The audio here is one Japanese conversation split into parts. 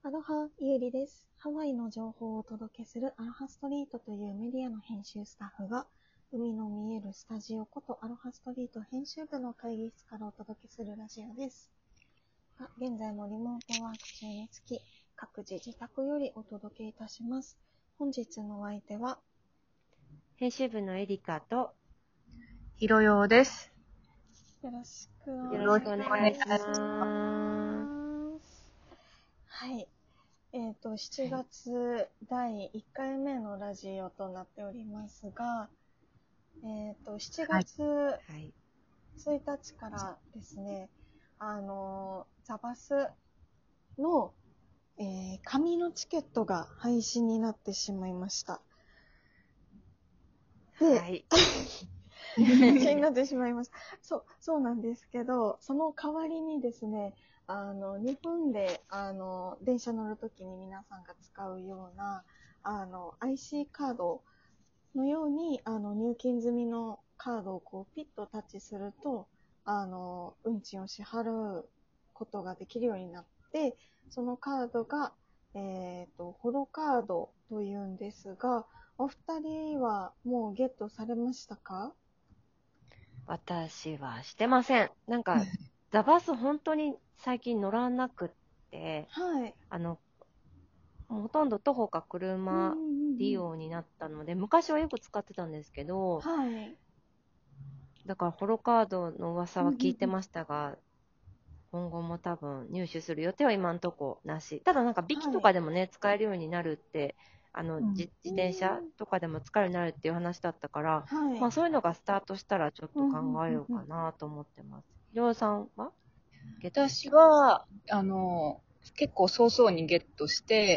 アロハ、ゆうりです。ハワイの情報をお届けするアロハストリートというメディアの編集スタッフが、海の見えるスタジオことアロハストリート編集部の会議室からお届けするラジオです。現在もリモートワーク中につき、各自自宅よりお届けいたします。本日のお相手は、 編集部のエリカとひろようです。 よろしくおよろしくお願いします。 はい。7月第1回目のラジオとなっておりますが、7月1日からですね、ザバスの、紙のチケットが廃止になってしまいました。で、 はい。 廃止になってしまいました。そうなんですけど、その代わりにですね、日本で、電車乗るときに皆さんが使うような、IC カードのように、入金済みのカードをこうピッとタッチすると、運賃を支払うことができるようになって、そのカードが、ホロカードというんですが、お二人はもうゲットされましたか？ 私はしてません。なんか、ザバス本当に最近乗らなくって、 はい。 もうほとんど徒歩か車利用になったので、昔はよく使ってたんですけど、 はい。 だからホロカードの噂は聞いてましたが、今後も多分入手する予定は今んとこなし。ただなんかビキとかでもね、使えるようになるって、自転車とかでも使えるようになるっていう話だったから、 はい。 まあそういうのがスタートしたらちょっと考えようかなと思ってます。ひろおさんはゲットし私た？ は、結構早々にゲットして、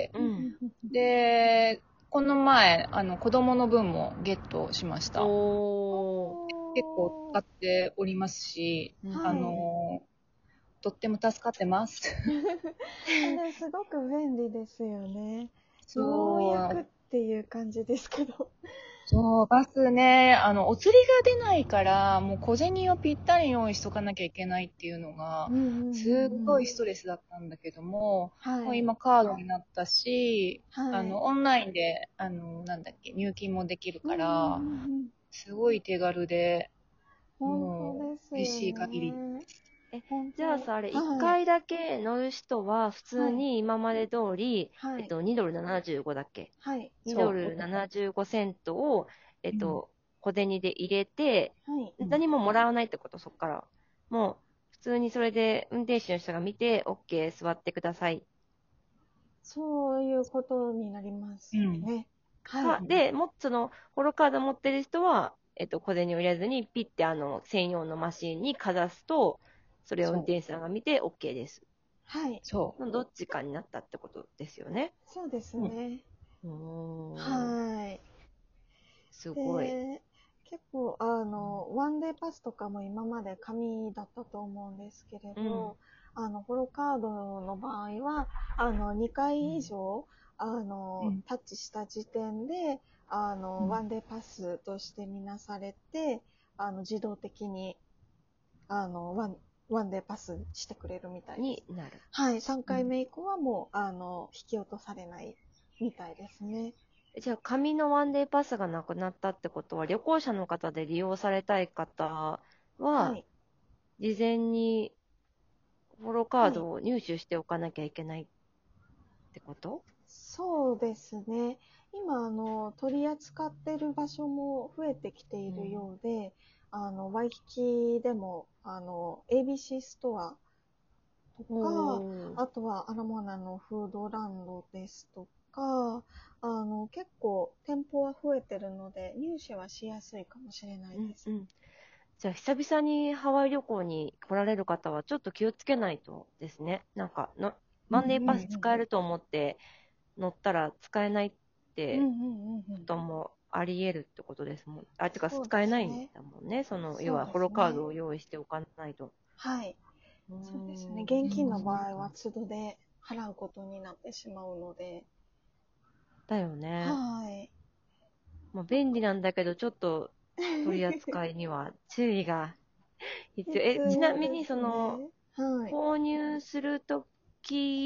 で、この前、子供の分もゲットしました。 お結構使っておりますし、 はいとっても助かってます。 あれすごく便利ですよね。ようそう、 やくっていう感じですけど。 そう、バスね、お釣りが出ないから、もう小銭をぴったり用意しとかなきゃいけないっていうのが、すごいストレスだったんだけども、もうはい。 今カードになったし、 はい。 オンラインで、入金もできるから、すごい手軽で、 本当もう、 ですよ嬉しい限り。 ね。 じゃあさ、あれ、1 はい。 回だけ乗る人は普通に今まで通り、 はい。 2ドル75だっけ？ はい。 2 そう。 ドル75セントを、小銭で入れて、 はい。 何ももらわないってこと、そこから。もう、普通にそれで運転手の人が見て、OK、座ってください。 そういうことになりますね。はい。 で、その、ホロカード持ってる人は、小銭を入れずに、ピッて専用のマシンにかざすと、それを運転手さんが見て OK です。 はい。 そどっちかになったってことですよね。 そうですね。 おー、 はい。 すごい。 で、結構、ワンデーパスとかも今まで紙だったと思うんですけれど、ホロカードの場合は、2回以上、タッチした時点で、ワンデーパスとしてみなされて、自動的に、ワンデーパスしてくれるみたいです。 になる。 はい、3回目以降はもう、引き落とされないみたいですね。 じゃあ、紙のワンデーパスがなくなったってことは、旅行者の方で利用されたい方は、 はい。 事前にホロカーはい。 ドを入手しておかなきゃいけないってこと？ そうですね。今、取り扱ってる場所も増えてきているようで、ワイキキでも、ABC ストアとか、あとはアラモアナのフードランドですとか、結構店舗は増えてるので、入手はしやすいかもしれないです。 じゃあ、久々にハワイ旅行に来られる方は、ちょっと気をつけないとですね。なんかワンデーパス使えると思って乗ったら使えないってこともあり得るってことですもん。てか、使えないんだもんね。要は、ホロカードを用意しておかないと。 はい。そうですね。現金の場合は都度で払うことになってしまうので。 だよね。 はい。 まあ、便利なんだけど、ちょっと取り扱いには注意が必要。ちなみに、 はい。 購入するとき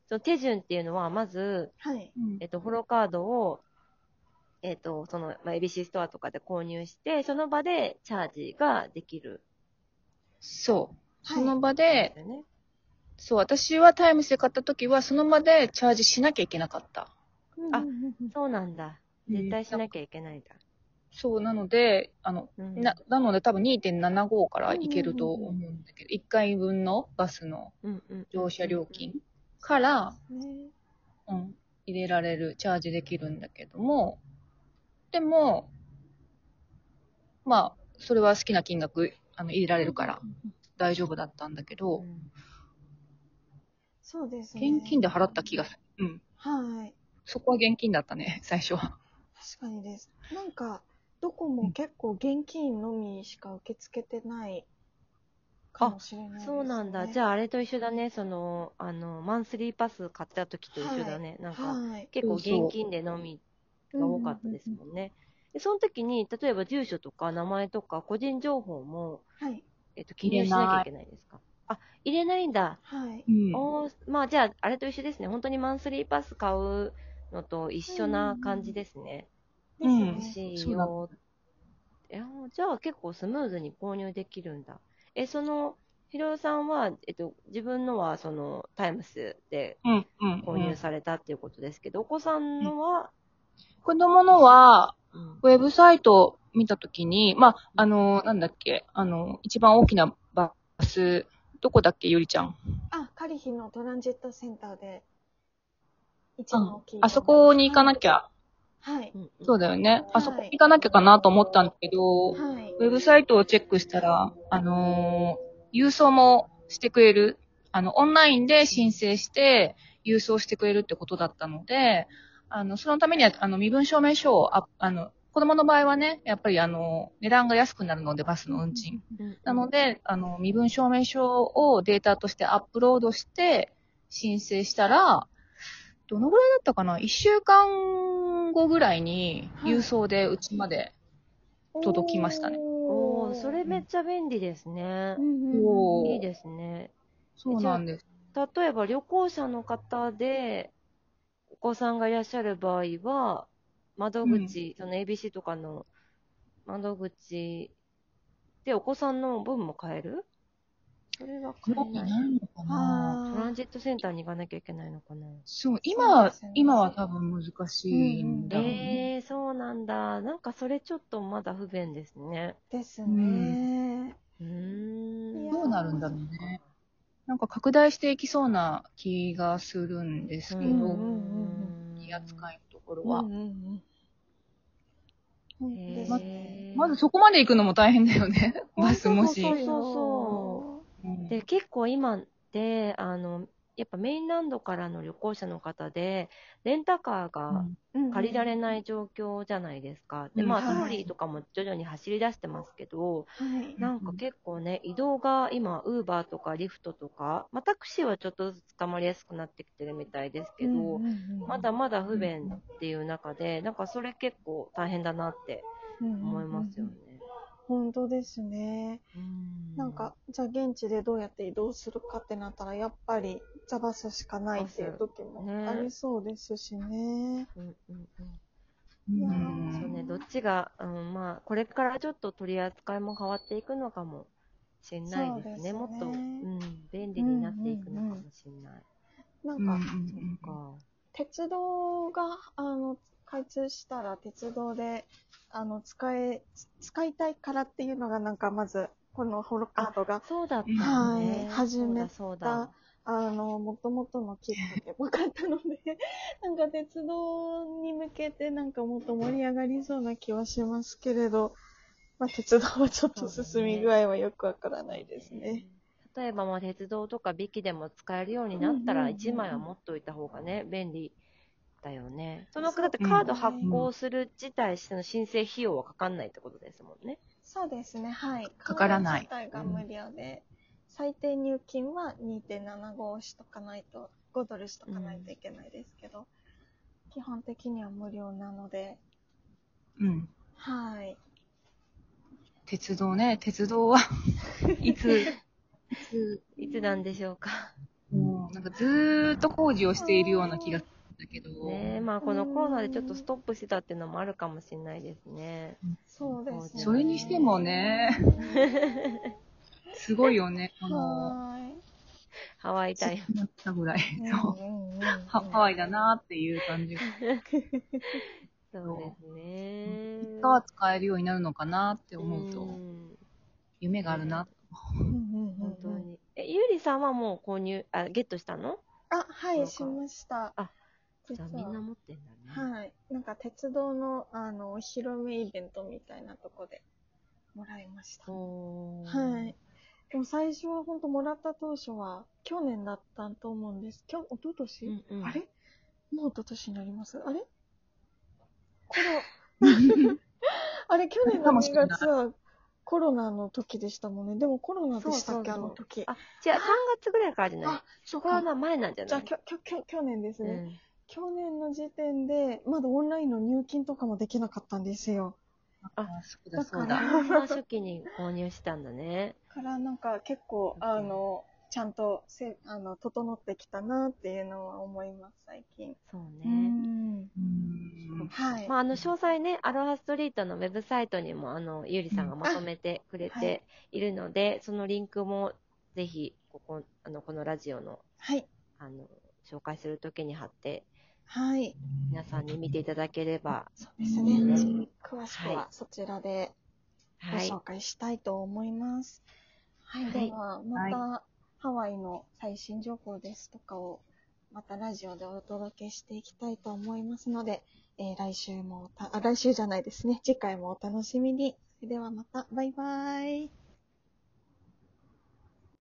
その手順っていうのは、まず、 はい。 ホロカードを、ABC ストアとかで購入して、その場でチャージができる。 そう。 はいその場でで、 すよね。 そう、私はタイムスで買った時は、その場でチャージしなきゃいけなかった。 あ、そうなんだ。絶対しなきゃゃいけないんだ。 そう、なので、なので多分2.75からいけると思うんだけど、1回分のバスの乗車料金から、入れられる、チャージできるんだけども、でも、まあ、それは好きな金額、入れられるから大丈夫だったんだけど、 そうですね。 現金で払った気がする。うん。 はい。 そこは現金だったね、最初は。 確かにです。なんか、どこも結構現金のみしか受け付けてないかもしれないですね。 そうなんだ。じゃああれと一緒だね。マンスリーパス買った時と一緒だね。なんか、結構現金でのみが多かったですもんね。で、その時に、例えば住所とか名前とか個人情報も、記入しなきゃいけないですか？あ、入れないんだ。 はい。 まあじゃあ、あれと一緒ですね。本当にマンスリーパス買うのと一緒な感じですね。欲しいよ。じゃあ結構スムーズに購入できるんだ。ひろさんは、自分のはタイムスで購入されたっていうことですけど、お子さんのは、 子供のは、ウェブサイトを見たときに、まあ、なんだっけ、一番大きなバス、どこだっけ、ゆりちゃん。 カリヒのトランジットセンターで、一番大きい。 あそこに行かなきゃ。 はい。 そうだよね。あそこに行かなきゃかなと思ったんだけど、ウェブサイトをチェックしたら、郵送もしてくれる。オンラインで申請して、郵送してくれるってことだったので、そのためには、身分証明書を、子供の場合はね、やっぱり値段が安くなるので、バスの運賃。なので、身分証明書をデータとしてアップロードして、申請したら、どのぐらいだったかな？ 1 週間後ぐらいに、郵送でうちまで届きましたね。 それめっちゃ便利ですね。いいですね。 そうなんです。 例えば旅行者の方で、お子さんがいらっしゃる場合は、窓口、ABC とかの窓口でお子さんの分も買える？それは買えない。トランジットセンターに行かなきゃいけないのかな。 そう、今は多分難しいんだろうね。 そうなんだ。なんかそれちょっとまだ不便ですね。 ですね。 どうなるんだろうね。なんか拡大していきそうな気がするんですけど、気扱いのところは。まずそこまで行くのも大変だよね。バスもし。 そう。で、結構今って、やっぱメインランドからの旅行者の方で、レンタカーが借りられない状況じゃないですか。で、まあ、トロリーとかも徐々に走り出してますけど、なんか結構ね、移動が今、ウーバーとかリフトとか、まあ、タクシーはちょっとずつ捕まりやすくなってきてるみたいですけど、まだまだ不便っていう中で、なんかそれ結構大変だなって思いますよね。 本当ですね。なんか、じゃあ現地でどうやって移動するかってなったら、やっぱりザバスしかないっていう時もありそうですしね。 そうね、どっちが、まあ、これからちょっと取り扱いも変わっていくのかもしれないですね。もっと、便利になっていくのかもしれない。 なんか、鉄道が、開通したら鉄道で、使いたいからっていうのがなんかまず、このホロカードが、 そうだったね。 始めた、もともとのきっかけっぽかったので、なんか鉄道に向けてなんかもっと盛り上がりそうな気はしますけれど、まあ鉄道はちょっと進み具合はよくわからないですね。 例えばまあ鉄道とかビキでも使えるようになったら1枚は持っといた方がね、便利だよね。だってカード発行する自体の申請費用はかかんないってことですもんね。 そうですね、はい。 かからない。 カード自体が無料で、最低入金は 2.75 しとかないと、5ドルしとかないといけないですけど、基本的には無料なので、はい。 鉄道ね、鉄道はいつなんでしょうか。 なんかずーっと工事をしているような気がするんだけど。 ねえ、まあこのコロナでちょっとストップしてたっていうのもあるかもしれないですね。 そうですね。 それにしてもね、すごいよね、この、 ハワイタイム。 なったぐらい。そう。ハワイだなっていう感じが。 そうですね。 いつかは使えるようになるのかなって思うと、夢があるな。 本当に。ゆうりさんはもうゲットしたの？ はい、しました。 じゃあみんな持ってんだね。はい。なんか鉄道の、お披露目イベントみたいなとこでもらいました。はい。でも最初は本当もらった当初は去年だったと思うんです。一昨年、あれもう一昨年になります？あれあれ去年の2月はコロナの時でしたもんね。でもコロナでしたっけ、あの時。 違う、3月ぐらいからじゃない？コロナ前なんじゃない？ じゃあ去年ですね。去年の時点で、まだオンラインの入金とかもできなかったんですよ。 だから、 初期に購入したんだね。 からなんか結構、ちゃんと整ってきたなっていうのは思います、最近。 そうね。 はい。 まあ、詳細ね、アロハストリートのウェブサイトにも、ゆうりさんがまとめてくれているので、そのリンクもぜひ、このラジオの、紹介するときに貼って、皆さんに見ていただければ。 そうですね。詳しくはそちらでご紹介したいと思います。はい。では、また、ハワイの最新情報ですとかを、またラジオでお届けしていきたいと思いますので、来週じゃないですね。次回もお楽しみに。それではまた、バイバイ。